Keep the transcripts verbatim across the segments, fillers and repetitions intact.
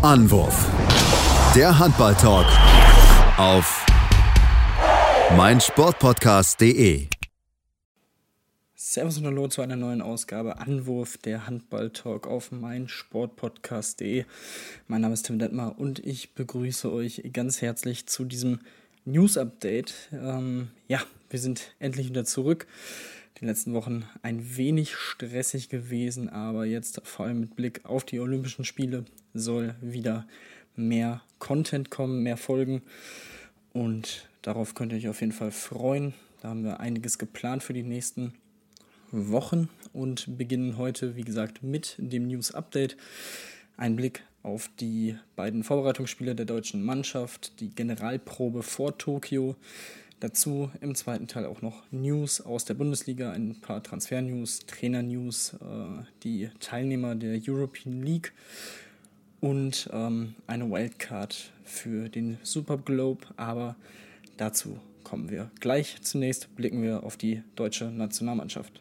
Anwurf. Der Handball-Talk auf meinsportpodcast punkt de. Servus und Hallo zu einer neuen Ausgabe Anwurf, der Handball-Talk auf meinsportpodcast punkt de. Mein Name ist Tim Detmar und ich begrüße euch ganz herzlich zu diesem News-Update. Ähm, ja, wir sind endlich wieder zurück. Die letzten Wochen ein wenig stressig gewesen, aber jetzt vor allem mit Blick auf die Olympischen Spiele soll wieder mehr Content kommen, mehr Folgen und darauf könnt ihr euch auf jeden Fall freuen. Da haben wir einiges geplant für die nächsten Wochen und beginnen heute, wie gesagt, mit dem News-Update. Ein Blick auf die beiden Vorbereitungsspiele der deutschen Mannschaft, die Generalprobe vor Tokio. Dazu im zweiten Teil auch noch News aus der Bundesliga, ein paar Transfer-News, Trainer-News, äh, die Teilnehmer der European League und ähm, eine Wildcard für den Super Globe. Aber dazu kommen wir gleich. Zunächst blicken wir auf die deutsche Nationalmannschaft.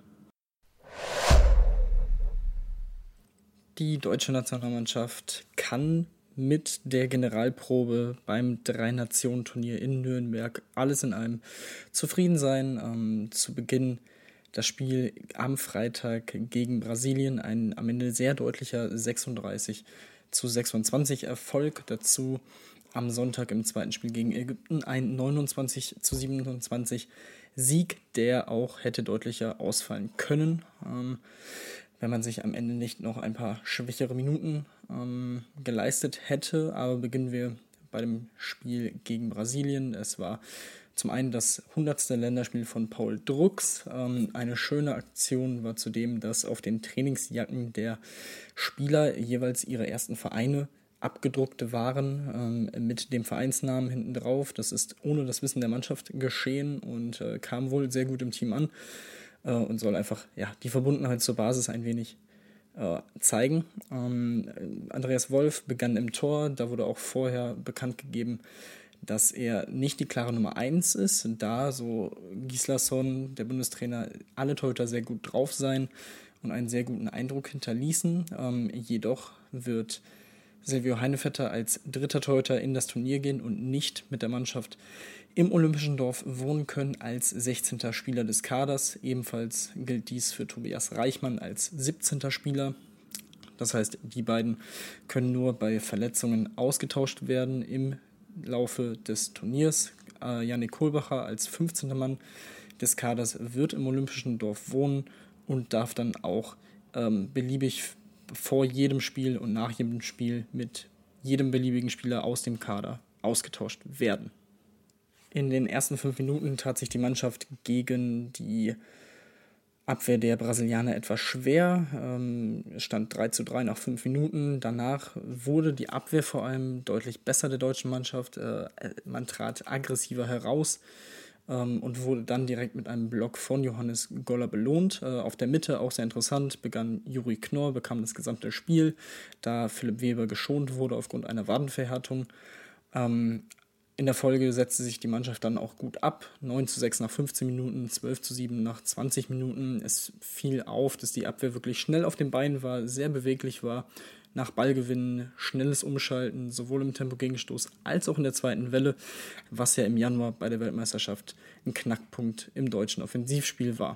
Die deutsche Nationalmannschaft kann mit der Generalprobe beim Drei-Nationen-Turnier in Nürnberg alles in allem zufrieden sein. Ähm, zu Beginn das Spiel am Freitag gegen Brasilien, ein am Ende sehr deutlicher sechsunddreißig zu sechsundzwanzig Erfolg. Dazu am Sonntag im zweiten Spiel gegen Ägypten ein neunundzwanzig zu siebenundzwanzig Sieg, der auch hätte deutlicher ausfallen können, ähm, wenn man sich am Ende nicht noch ein paar schwächere Minuten ähm, geleistet hätte. Aber beginnen wir bei dem Spiel gegen Brasilien. Es war zum einen das hundertste Länderspiel von Paul Drucks. Ähm, eine schöne Aktion war zudem, dass auf den Trainingsjacken der Spieler jeweils ihre ersten Vereine abgedruckt waren, ähm, mit dem Vereinsnamen hinten drauf. Das ist ohne das Wissen der Mannschaft geschehen und äh, kam wohl sehr gut im Team an. Und soll einfach ja, die Verbundenheit zur Basis ein wenig äh, zeigen. Ähm, Andreas Wolf begann im Tor, da wurde auch vorher bekannt gegeben, dass er nicht die klare Nummer eins ist, da so Gislason, der Bundestrainer, alle Torhüter sehr gut drauf sein und einen sehr guten Eindruck hinterließen. Ähm, jedoch wird Silvio Heinevetter als dritter Torhüter in das Turnier gehen und nicht mit der Mannschaft im Olympischen Dorf wohnen können als sechzehnter Spieler des Kaders. Ebenfalls gilt dies für Tobias Reichmann als siebzehnter Spieler. Das heißt, die beiden können nur bei Verletzungen ausgetauscht werden im Laufe des Turniers. Äh, Yannick Kohlbacher als fünfzehnter Mann des Kaders wird im Olympischen Dorf wohnen und darf dann auch ähm, beliebig vor jedem Spiel und nach jedem Spiel mit jedem beliebigen Spieler aus dem Kader ausgetauscht werden. In den ersten fünf Minuten tat sich die Mannschaft gegen die Abwehr der Brasilianer etwas schwer. Ähm, es stand drei zu drei nach fünf Minuten. Danach wurde die Abwehr vor allem deutlich besser der deutschen Mannschaft. Äh, man trat aggressiver heraus ähm, und wurde dann direkt mit einem Block von Johannes Goller belohnt. Äh, auf der Mitte, auch sehr interessant, begann Juri Knorr, bekam das gesamte Spiel, da Philipp Weber geschont wurde aufgrund einer Wadenverhärtung. Ähm, In der Folge setzte sich die Mannschaft dann auch gut ab. neun zu sechs nach fünfzehn Minuten, zwölf zu sieben nach zwanzig Minuten. Es fiel auf, dass die Abwehr wirklich schnell auf den Beinen war, sehr beweglich war. Nach Ballgewinnen, schnelles Umschalten, sowohl im Tempo-Gegenstoß als auch in der zweiten Welle, was ja im Januar bei der Weltmeisterschaft ein Knackpunkt im deutschen Offensivspiel war.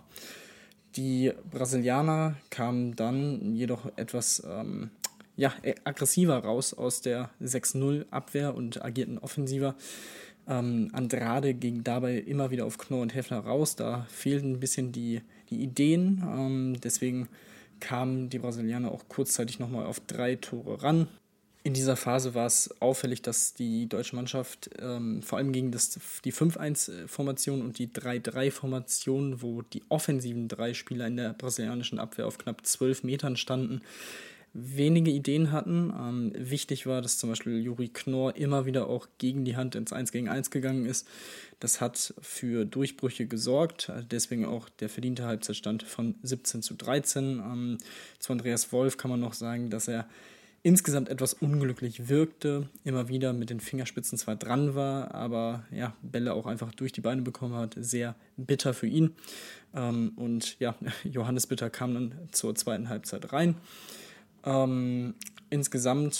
Die Brasilianer kamen dann jedoch etwas ähm, ja, aggressiver raus aus der sechs null Abwehr und agierten offensiver. Ähm, Andrade ging dabei immer wieder auf Knorr und Häfner raus, da fehlten ein bisschen die, die Ideen, ähm, deswegen kamen die Brasilianer auch kurzzeitig nochmal auf drei Tore ran. In dieser Phase war es auffällig, dass die deutsche Mannschaft ähm, vor allem gegen das, die fünf eins Formation und die drei drei Formation, wo die offensiven drei Spieler in der brasilianischen Abwehr auf knapp zwölf Metern standen, wenige Ideen hatten. Ähm, wichtig war, dass zum Beispiel Juri Knorr immer wieder auch gegen die Hand ins eins gegen eins gegangen ist. Das hat für Durchbrüche gesorgt, deswegen auch der verdiente Halbzeitstand von siebzehn zu dreizehn. Ähm, zu Andreas Wolf kann man noch sagen, dass er insgesamt etwas unglücklich wirkte, immer wieder mit den Fingerspitzen zwar dran war, aber ja, Bälle auch einfach durch die Beine bekommen hat. Sehr bitter für ihn. Ähm, und ja, Johannes Bitter kam dann zur zweiten Halbzeit rein. Ähm, insgesamt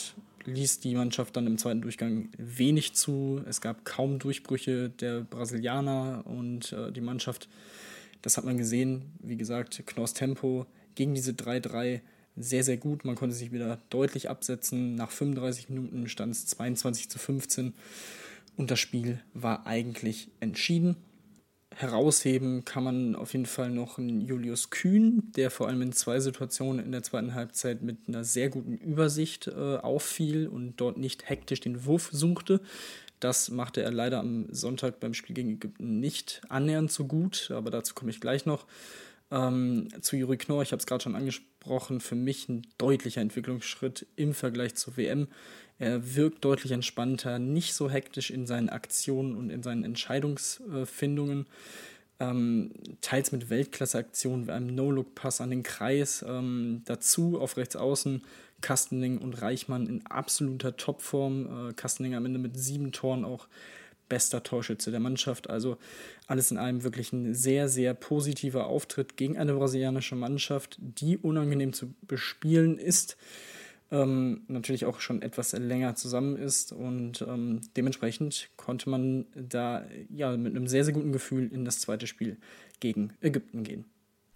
ließ die Mannschaft dann im zweiten Durchgang wenig zu. Es gab kaum Durchbrüche der Brasilianer und äh, die Mannschaft, das hat man gesehen, wie gesagt, Knorrs Tempo gegen diese drei drei sehr, sehr gut. Man konnte sich wieder deutlich absetzen. Nach fünfunddreißig Minuten stand es zweiundzwanzig zu fünfzehn und das Spiel war eigentlich entschieden. Herausheben kann man auf jeden Fall noch einen Julius Kühn, der vor allem in zwei Situationen in der zweiten Halbzeit mit einer sehr guten Übersicht äh, auffiel und dort nicht hektisch den Wurf suchte. Das machte er leider am Sonntag beim Spiel gegen Ägypten nicht annähernd so gut, aber dazu komme ich gleich noch. Ähm, zu Juri Knorr, ich habe es gerade schon angesprochen, für mich ein deutlicher Entwicklungsschritt im Vergleich zur W M. Er wirkt deutlich entspannter, nicht so hektisch in seinen Aktionen und in seinen Entscheidungsfindungen. Ähm, teils mit Weltklasse-Aktionen wie einem No-Look-Pass an den Kreis. Ähm, dazu auf rechts außen Kastening und Reichmann in absoluter Topform. Äh, Kastening am Ende mit sieben Toren auch bester Torschütze der Mannschaft. Also alles in allem wirklich ein sehr, sehr positiver Auftritt gegen eine brasilianische Mannschaft, die unangenehm zu bespielen ist. Ähm, natürlich auch schon etwas länger zusammen ist und ähm, dementsprechend konnte man da ja mit einem sehr, sehr guten Gefühl in das zweite Spiel gegen Ägypten gehen.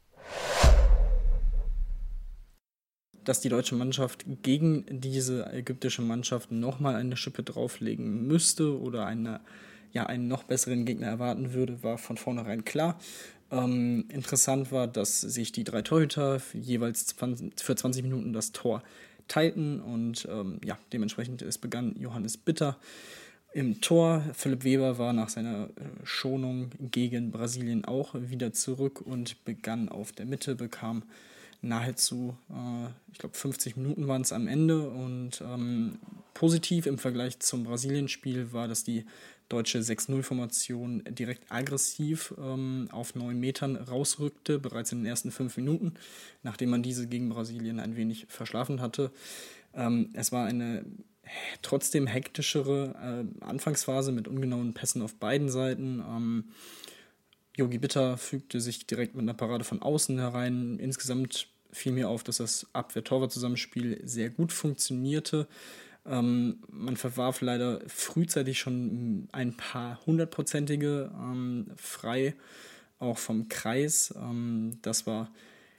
Dass die deutsche Mannschaft gegen diese ägyptische Mannschaft nochmal eine Schippe drauflegen müsste oder eine, ja, einen noch besseren Gegner erwarten würde, war von vornherein klar. Ähm, interessant war, dass sich die drei Torhüter jeweils für zwanzig Minuten das Tor teilten und ähm, ja, dementsprechend es begann Johannes Bitter im Tor. Philipp Weber war nach seiner äh, Schonung gegen Brasilien auch wieder zurück und begann auf der Mitte, bekam nahezu, äh, ich glaube fünfzig Minuten waren es am Ende und ähm, positiv im Vergleich zum Brasilien-Spiel war, dass die deutsche sechs null Formation direkt aggressiv ähm, auf neun Metern rausrückte, bereits in den ersten fünf Minuten, nachdem man diese gegen Brasilien ein wenig verschlafen hatte. Ähm, es war eine trotzdem hektischere äh, Anfangsphase mit ungenauen Pässen auf beiden Seiten. Ähm, Jogi Bitter fügte sich direkt mit einer Parade von außen herein. Insgesamt fiel mir auf, dass das Abwehr-Torwart-Zusammenspiel sehr gut funktionierte. Ähm, man verwarf leider frühzeitig schon ein paar hundertprozentige ähm, frei, auch vom Kreis. Ähm, das war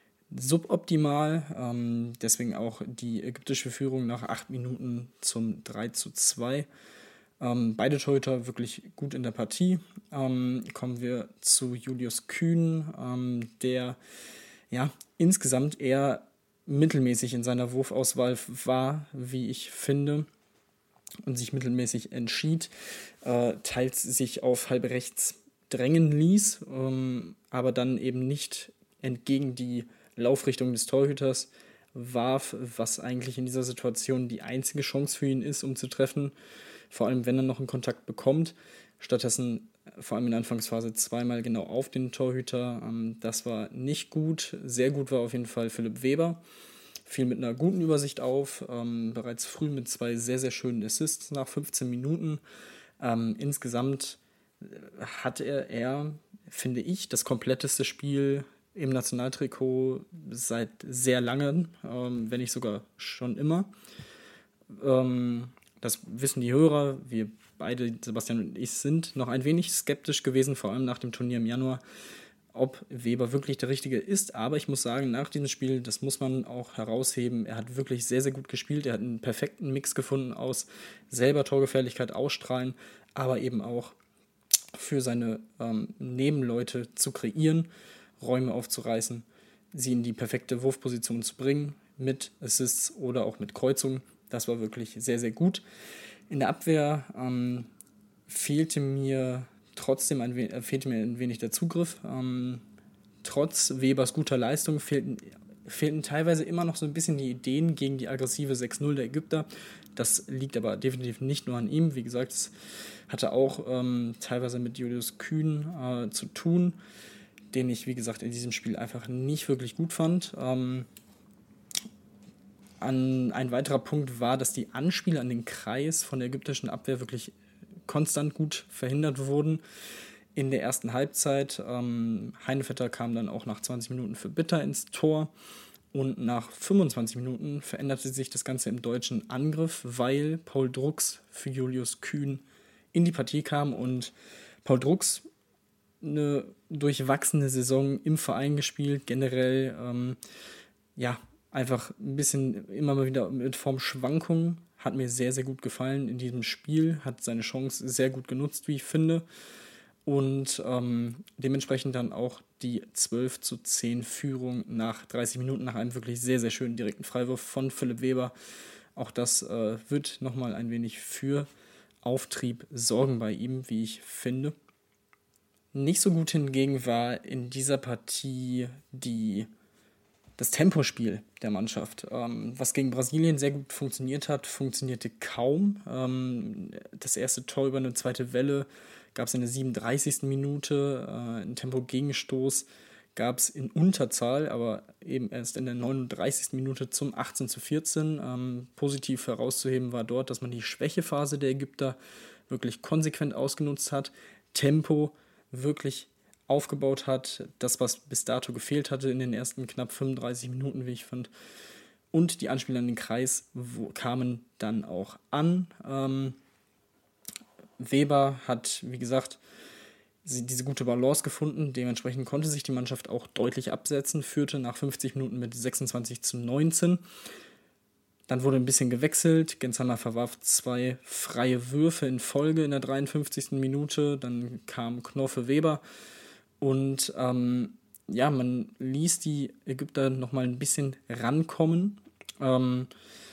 suboptimal, ähm, deswegen auch die ägyptische Führung nach acht Minuten zum drei zu zwei. Ähm, beide Torhüter wirklich gut in der Partie. Ähm, kommen wir zu Julius Kühn, ähm, der ja insgesamt eher mittelmäßig in seiner Wurfauswahl war, wie ich finde, und sich mittelmäßig entschied, äh, teils sich auf halb rechts drängen ließ, ähm, aber dann eben nicht entgegen die Laufrichtung des Torhüters warf, was eigentlich in dieser Situation die einzige Chance für ihn ist, um zu treffen, vor allem wenn er noch einen Kontakt bekommt. Stattdessen vor allem in der Anfangsphase zweimal genau auf den Torhüter. Ähm, das war nicht gut. Sehr gut war auf jeden Fall Philipp Weber. Fiel mit einer guten Übersicht auf, ähm, bereits früh mit zwei sehr, sehr schönen Assists nach fünfzehn Minuten. Ähm, insgesamt hatte er, er, finde ich, das kompletteste Spiel im Nationaltrikot seit sehr langem, ähm, wenn nicht sogar schon immer. Ähm, das wissen die Hörer, wir beide, Sebastian und ich, sind noch ein wenig skeptisch gewesen, vor allem nach dem Turnier im Januar, ob Weber wirklich der Richtige ist. Aber ich muss sagen, nach diesem Spiel, das muss man auch herausheben, er hat wirklich sehr, sehr gut gespielt. Er hat einen perfekten Mix gefunden aus selber Torgefährlichkeit ausstrahlen, aber eben auch für seine ähm, Nebenleute zu kreieren, Räume aufzureißen, sie in die perfekte Wurfposition zu bringen, mit Assists oder auch mit Kreuzungen. Das war wirklich sehr, sehr gut. In der Abwehr ähm, fehlte mir trotzdem ein, we- fehlte mir ein wenig der Zugriff. Ähm, trotz Webers guter Leistung fehlten, fehlten teilweise immer noch so ein bisschen die Ideen gegen die aggressive sechs null der Ägypter. Das liegt aber definitiv nicht nur an ihm. Wie gesagt, es hatte auch ähm, teilweise mit Julius Kühn äh, zu tun, den ich, wie gesagt, in diesem Spiel einfach nicht wirklich gut fand. Ähm, an, ein weiterer Punkt war, dass die Anspiele an den Kreis von der ägyptischen Abwehr wirklich konstant gut verhindert wurden. In der ersten Halbzeit, ähm, Heinevetter kam dann auch nach zwanzig Minuten für Bitter ins Tor Und nach fünfundzwanzig Minuten veränderte sich das Ganze im deutschen Angriff, weil Paul Drucks für Julius Kühn in die Partie kam und Paul Drucks eine durchwachsene Saison im Verein gespielt, generell ähm, ja, einfach ein bisschen immer mal wieder mit Formschwankungen, hat mir sehr, sehr gut gefallen in diesem Spiel, hat seine Chance sehr gut genutzt, wie ich finde. Und ähm, dementsprechend dann auch die zwölf zu zehn Führung nach dreißig Minuten, nach einem wirklich sehr, sehr schönen direkten Freiwurf von Philipp Weber. Auch das äh, wird nochmal ein wenig für Auftrieb sorgen bei ihm, wie ich finde. Nicht so gut hingegen war in dieser Partie die, das Tempospiel der Mannschaft. Ähm, was gegen Brasilien sehr gut funktioniert hat, funktionierte kaum. Ähm, das erste Tor über eine zweite Welle gab es in der siebenunddreißigsten Minute, äh, einen Tempo-Gegenstoß gab es in Unterzahl, aber eben erst in der neununddreißigsten Minute zum achtzehn zu vierzehn. Ähm, positiv herauszuheben war dort, dass man die Schwächephase der Ägypter wirklich konsequent ausgenutzt hat, Tempo wirklich aufgebaut hat, das, was bis dato gefehlt hatte in den ersten knapp fünfunddreißig Minuten, wie ich fand. Und die Anspiele an den Kreis wo, kamen dann auch an. Ähm, Weber hat, wie gesagt, sie, diese gute Balance gefunden. Dementsprechend konnte sich die Mannschaft auch deutlich absetzen, führte nach fünfzig Minuten mit sechsundzwanzig zu neunzehn. Dann wurde ein bisschen gewechselt. Genzana verwarf zwei freie Würfe in Folge in der dreiundfünfzigsten Minute. Dann kam Knorr für Weber. Und ähm, ja, man ließ die Ägypter nochmal ein bisschen rankommen. Ähm,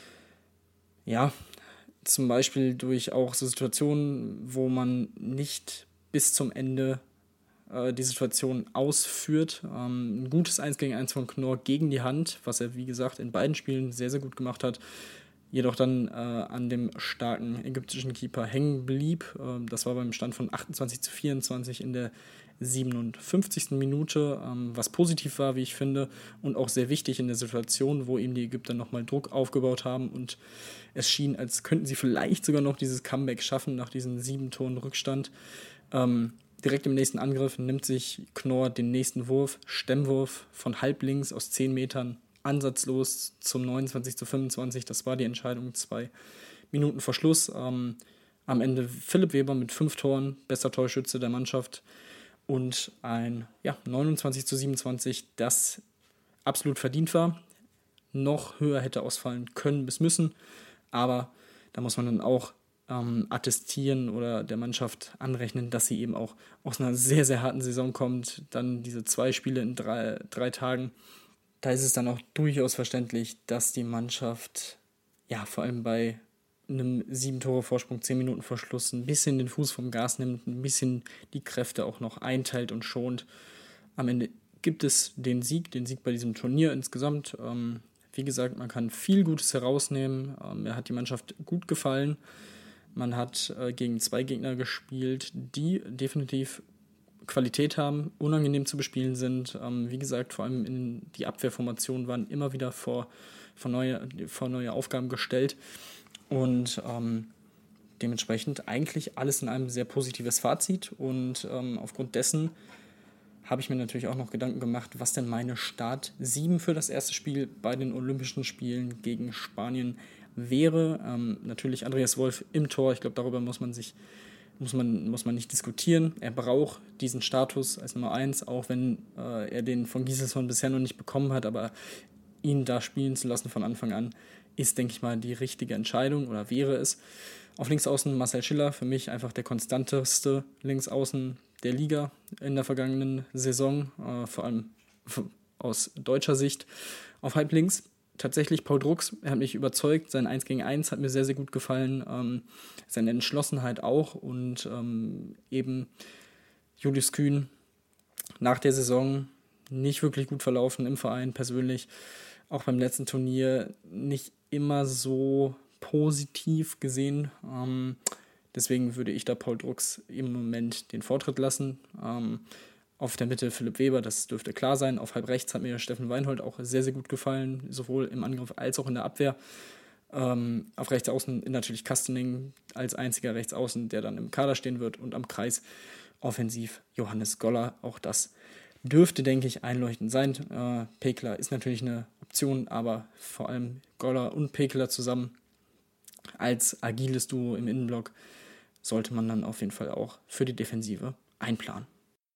ja, zum Beispiel durch auch so Situationen, wo man nicht bis zum Ende äh, die Situation ausführt. Ähm, ein gutes eins gegen eins von Knorr gegen die Hand, was er, wie gesagt, in beiden Spielen sehr, sehr gut gemacht hat. Jedoch dann äh, an dem starken ägyptischen Keeper hängen blieb. Äh, das war beim Stand von achtundzwanzig zu vierundzwanzig in der siebenundfünfzigsten Minute, ähm, was positiv war, wie ich finde, und auch sehr wichtig in der Situation, wo eben die Ägypter nochmal Druck aufgebaut haben und es schien, als könnten sie vielleicht sogar noch dieses Comeback schaffen nach diesem sieben Toren Rückstand. Ähm, direkt im nächsten Angriff nimmt sich Knorr den nächsten Wurf, Stemmwurf von halblinks aus zehn Metern, ansatzlos zum neunundzwanzig zu fünfundzwanzig. Das war die Entscheidung, zwei Minuten vor Schluss. Ähm, am Ende Philipp Weber mit fünf Toren, bester Torschütze der Mannschaft. Und ein ja, neunundzwanzig zu siebenundzwanzig, das absolut verdient war. Noch höher hätte ausfallen können bis müssen. Aber da muss man dann auch ähm, attestieren oder der Mannschaft anrechnen, dass sie eben auch aus einer sehr, sehr harten Saison kommt. Dann diese zwei Spiele in drei, drei Tagen. Da ist es dann auch durchaus verständlich, dass die Mannschaft ja vor allem bei einem sieben Tore Vorsprung, zehn Minuten vor Schluss ein bisschen den Fuß vom Gas nimmt, ein bisschen die Kräfte auch noch einteilt und schont. Am Ende gibt es den Sieg, den Sieg bei diesem Turnier insgesamt. Ähm, wie gesagt, man kann viel Gutes herausnehmen. Ähm, er hat die Mannschaft gut gefallen. Man hat äh, gegen zwei Gegner gespielt, die definitiv Qualität haben, unangenehm zu bespielen sind. Ähm, wie gesagt, vor allem in die Abwehrformationen waren immer wieder vor, vor, neue, vor neue Aufgaben gestellt. Und ähm, dementsprechend eigentlich alles in einem sehr positives Fazit. Und ähm, aufgrund dessen habe ich mir natürlich auch noch Gedanken gemacht, was denn meine Start sieben für das erste Spiel bei den Olympischen Spielen gegen Spanien wäre. Ähm, natürlich Andreas Wolf im Tor. Ich glaube, darüber muss man sich muss man, muss man nicht diskutieren. Er braucht diesen Status als Nummer eins, auch wenn äh, er den von Gislason bisher noch nicht bekommen hat. Aber ihn da spielen zu lassen von Anfang an, ist, denke ich mal, die richtige Entscheidung oder wäre es. Auf Linksaußen Marcel Schiller, für mich einfach der konstanteste Linksaußen der Liga in der vergangenen Saison, äh, vor allem aus deutscher Sicht. Auf Halblinks tatsächlich Paul Drucks, er hat mich überzeugt, sein eins gegen eins hat mir sehr, sehr gut gefallen, ähm, seine Entschlossenheit auch und ähm, eben Julius Kühn nach der Saison nicht wirklich gut verlaufen im Verein persönlich, auch beim letzten Turnier nicht immer so positiv gesehen. Ähm, deswegen würde ich da Paul Drucks im Moment den Vortritt lassen. Ähm, auf der Mitte Philipp Weber, das dürfte klar sein. Auf halb rechts hat mir Steffen Weinhold auch sehr, sehr gut gefallen, sowohl im Angriff als auch in der Abwehr. Ähm, auf rechts außen natürlich Kastening als einziger Rechtsaußen, der dann im Kader stehen wird. Und am Kreis offensiv Johannes Goller, auch das dürfte, denke ich, einleuchtend sein. Äh, Pekler ist natürlich eine Option, aber vor allem Goller und Pekler zusammen als agiles Duo im Innenblock sollte man dann auf jeden Fall auch für die Defensive einplanen.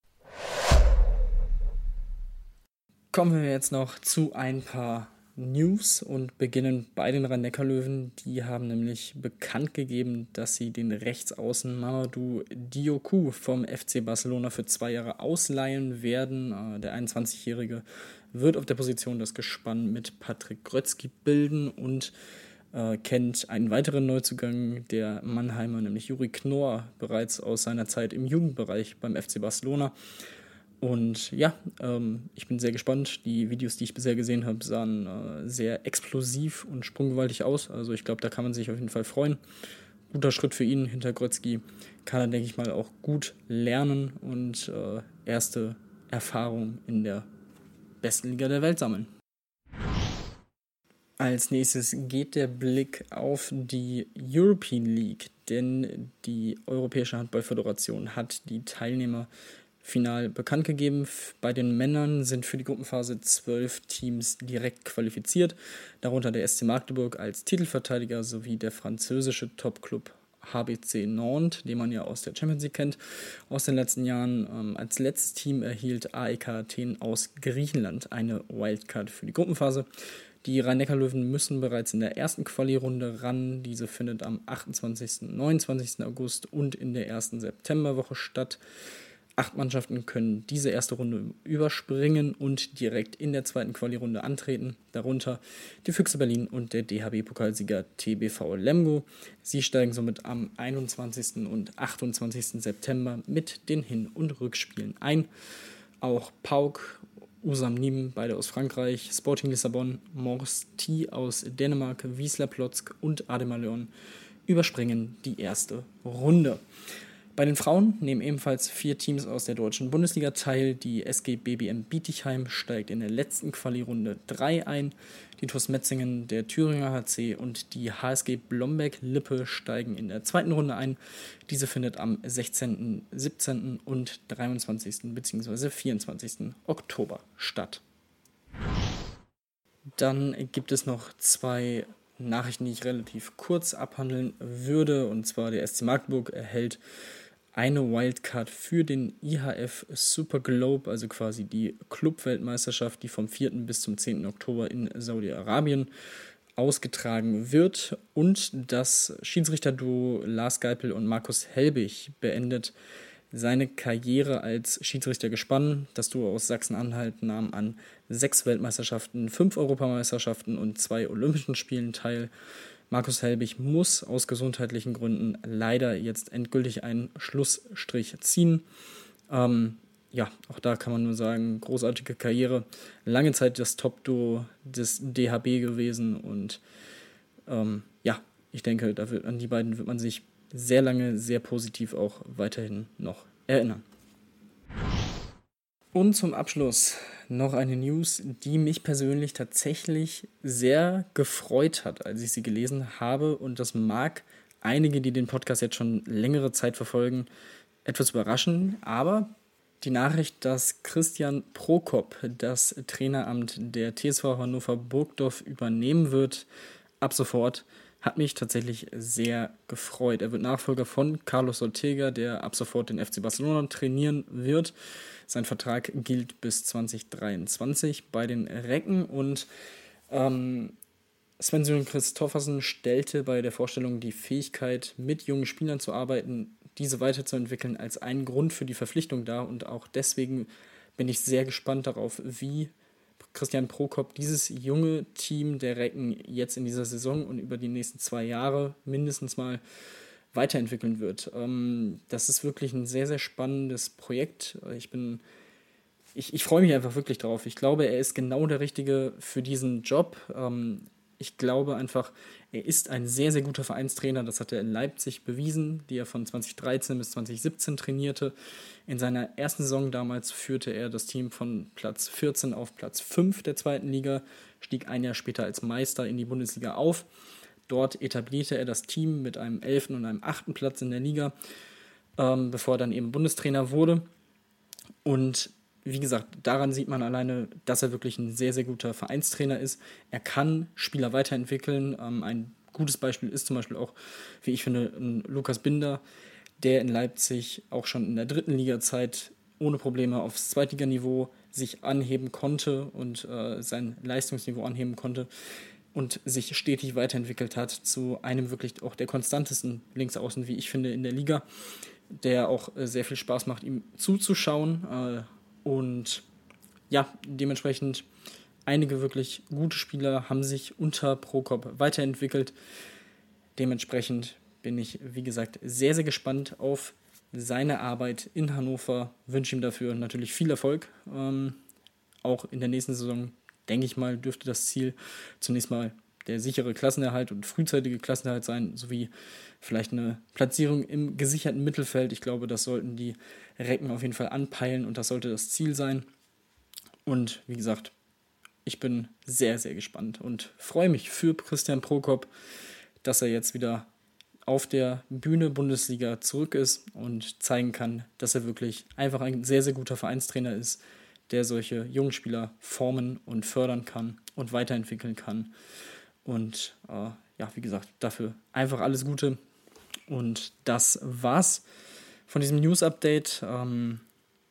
Kommen wir jetzt noch zu ein paar News und beginnen bei den Rhein-Neckar-Löwen. Die haben nämlich bekannt gegeben, dass sie den Rechtsaußen Mamadou Diokou vom F C Barcelona für zwei Jahre ausleihen werden. Der einundzwanzigjährige wird auf der Position das Gespann mit Patrick Grötzky bilden und äh, kennt einen weiteren Neuzugang der Mannheimer, nämlich Juri Knorr, bereits aus seiner Zeit im Jugendbereich beim F C Barcelona. Und ja, ähm, ich bin sehr gespannt. Die Videos, die ich bisher gesehen habe, sahen äh, sehr explosiv und sprunggewaltig aus. Also ich glaube, da kann man sich auf jeden Fall freuen. Guter Schritt für ihn. Hinter Grötzky kann er, denke ich mal, auch gut lernen und äh, erste Erfahrung in der besten Liga der Welt sammeln. Als nächstes geht der Blick auf die European League, denn die Europäische Handball-Föderation hat die Teilnehmer final bekannt gegeben. Bei den Männern sind für die Gruppenphase zwölf Teams direkt qualifiziert, darunter der S C Magdeburg als Titelverteidiger sowie der französische Topclub H B C Nantes, den man ja aus der Champions League kennt, aus den letzten Jahren. Ähm, als letztes Team erhielt A E K Athen aus Griechenland eine Wildcard für die Gruppenphase. Die Rhein-Neckar-Löwen müssen bereits in der ersten Quali-Runde ran. Diese findet am achtundzwanzigsten und neunundzwanzigsten August und in der ersten Septemberwoche statt. Acht Mannschaften können diese erste Runde überspringen und direkt in der zweiten Quali-Runde antreten, darunter die Füchse Berlin und der D H B-Pokalsieger T B V Lemgo. Sie steigen somit am einundzwanzigsten und achtundzwanzigsten September mit den Hin- und Rückspielen ein. Auch PAOK, U S A M Nîmes, beide aus Frankreich, Sporting Lissabon, Mors T aus Dänemark, Wisla Płock und Ademar Leon überspringen die erste Runde. Bei den Frauen nehmen ebenfalls vier Teams aus der deutschen Bundesliga teil. Die S G B B M Bietigheim steigt in der letzten Quali-Runde drei ein. Die T U S Metzingen, der Thüringer H C und die H S G Blomberg-Lippe steigen in der zweiten Runde ein. Diese findet am sechzehnten, siebzehnten und dreiundzwanzigsten bzw. vierundzwanzigsten Oktober statt. Dann gibt es noch zwei Nachrichten, die ich relativ kurz abhandeln würde. Und zwar der S C Magdeburg erhält eine Wildcard für den I H F Super Globe, also quasi die Clubweltmeisterschaft, die vom vierten bis zum zehnten Oktober in Saudi-Arabien ausgetragen wird. Und das Schiedsrichterduo Lars Geipel und Markus Helbig beendet seine Karriere als Schiedsrichtergespann. Das Duo aus Sachsen-Anhalt nahm an sechs Weltmeisterschaften, fünf Europameisterschaften und zwei Olympischen Spielen teil. Markus Helbig muss aus gesundheitlichen Gründen leider jetzt endgültig einen Schlussstrich ziehen. Ähm, ja, auch da kann man nur sagen, großartige Karriere. Lange Zeit das Top-Duo des D H B gewesen und ähm, ja, ich denke, da wird, an die beiden wird man sich sehr lange, sehr positiv auch weiterhin noch erinnern. Und zum Abschluss noch eine News, die mich persönlich tatsächlich sehr gefreut hat, als ich sie gelesen habe. Und das mag einige, die den Podcast jetzt schon längere Zeit verfolgen, etwas überraschen. Aber die Nachricht, dass Christian Prokop das Traineramt der T S V Hannover Burgdorf übernehmen wird, ab sofort, hat mich tatsächlich sehr gefreut. Er wird Nachfolger von Carlos Ortega, der ab sofort den F C Barcelona trainieren wird. Sein Vertrag gilt bis zwanzig dreiundzwanzig bei den Recken und ähm, Sven Christoffersen stellte bei der Vorstellung die Fähigkeit, mit jungen Spielern zu arbeiten, diese weiterzuentwickeln, als einen Grund für die Verpflichtung dar und auch deswegen bin ich sehr gespannt darauf, wie Christian Prokop dieses junge Team der Recken jetzt in dieser Saison und über die nächsten zwei Jahre mindestens mal weiterentwickeln wird. Ähm, das ist wirklich ein sehr, sehr spannendes Projekt. Ich bin, ich, ich freue mich einfach wirklich drauf. Ich glaube, er ist genau der Richtige für diesen Job. Ähm, ich glaube einfach, er ist ein sehr, sehr guter Vereinstrainer. Das hat er in Leipzig bewiesen, die er von zwanzig dreizehn bis zwanzig siebzehn trainierte. In seiner ersten Saison damals führte er das Team von Platz vierzehn auf Platz fünf der zweiten Liga, stieg ein Jahr später als Meister in die Bundesliga auf. Dort etablierte er das Team mit einem elften und einem achten Platz in der Liga, ähm, bevor er dann eben Bundestrainer wurde. Und wie gesagt, daran sieht man alleine, dass er wirklich ein sehr, sehr guter Vereinstrainer ist. Er kann Spieler weiterentwickeln. Ähm, ein gutes Beispiel ist zum Beispiel auch, wie ich finde, ein Lukas Binder, der in Leipzig auch schon in der dritten Liga-Zeit ohne Probleme aufs Zweitliganiveau sich anheben konnte und äh, sein Leistungsniveau anheben konnte und sich stetig weiterentwickelt hat zu einem wirklich auch der konstantesten Linksaußen, wie ich finde, in der Liga, der auch äh, sehr viel Spaß macht, ihm zuzuschauen. Äh, und ja, dementsprechend einige wirklich gute Spieler haben sich unter Prokop weiterentwickelt. Dementsprechend bin ich, wie gesagt, sehr, sehr gespannt auf seine Arbeit in Hannover. Wünsche ihm dafür natürlich viel Erfolg. Ähm, auch in der nächsten Saison, denke ich mal, dürfte das Ziel zunächst mal der sichere Klassenerhalt und frühzeitige Klassenerhalt sein, sowie vielleicht eine Platzierung im gesicherten Mittelfeld. Ich glaube, das sollten die Recken auf jeden Fall anpeilen und das sollte das Ziel sein. Und wie gesagt, ich bin sehr, sehr gespannt und freue mich für Christian Prokop, dass er jetzt wieder auf der Bühne Bundesliga zurück ist und zeigen kann, dass er wirklich einfach ein sehr, sehr guter Vereinstrainer ist, der solche jungen Spieler formen und fördern kann und weiterentwickeln kann. Und äh, ja, wie gesagt, dafür einfach alles Gute. Und das war's von diesem News-Update. Ähm,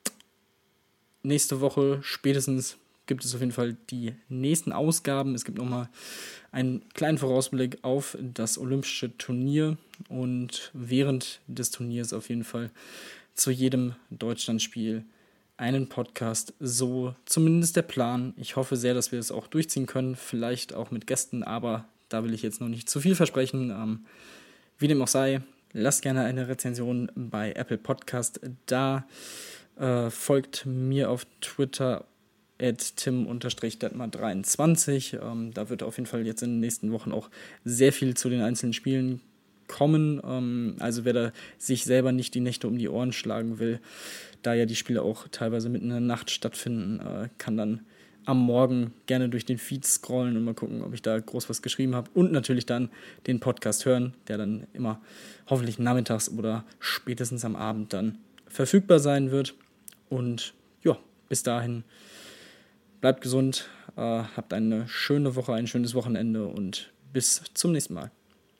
nächste Woche spätestens gibt es auf jeden Fall die nächsten Ausgaben. Es gibt nochmal einen kleinen Vorausblick auf das olympische Turnier und während des Turniers auf jeden Fall zu jedem Deutschlandspiel einen Podcast, so zumindest der Plan. Ich hoffe sehr, dass wir es auch durchziehen können, vielleicht auch mit Gästen, aber da will ich jetzt noch nicht zu viel versprechen. Ähm, wie dem auch sei, lasst gerne eine Rezension bei Apple Podcast da. Äh, folgt mir auf Twitter at tim detmar dreiundzwanzig. Ähm, da wird auf jeden Fall jetzt in den nächsten Wochen auch sehr viel zu den einzelnen Spielen kommen. Ähm, also wer da sich selber nicht die Nächte um die Ohren schlagen will, da ja die Spiele auch teilweise mitten in der Nacht stattfinden, äh, kann dann am Morgen gerne durch den Feed scrollen und mal gucken, ob ich da groß was geschrieben habe. Und natürlich dann den Podcast hören, der dann immer hoffentlich nachmittags oder spätestens am Abend dann verfügbar sein wird. Und ja, bis dahin bleibt gesund, äh, habt eine schöne Woche, ein schönes Wochenende und bis zum nächsten Mal.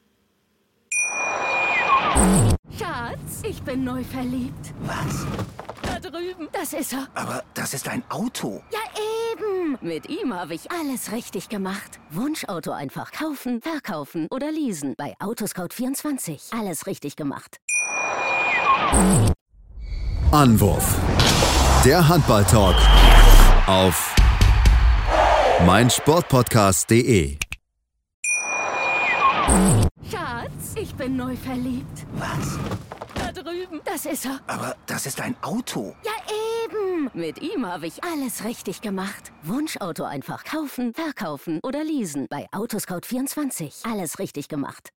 Schatz, ich bin neu verliebt. Was? Da drüben. Das ist er. Aber das ist ein Auto. Ja, eben. Mit ihm habe ich alles richtig gemacht. Wunschauto einfach kaufen, verkaufen oder leasen. Bei Autoscout vierundzwanzig. Alles richtig gemacht. Anwurf. Der Handball-Talk auf meinsportpodcast punkt de. Schatz, ich bin neu verliebt. Was? Da drüben. Das ist er. Aber das ist ein Auto. Ja, eben. Mit ihm habe ich alles richtig gemacht. Wunschauto einfach kaufen, verkaufen oder leasen. Bei Autoscout vierundzwanzig. Alles richtig gemacht.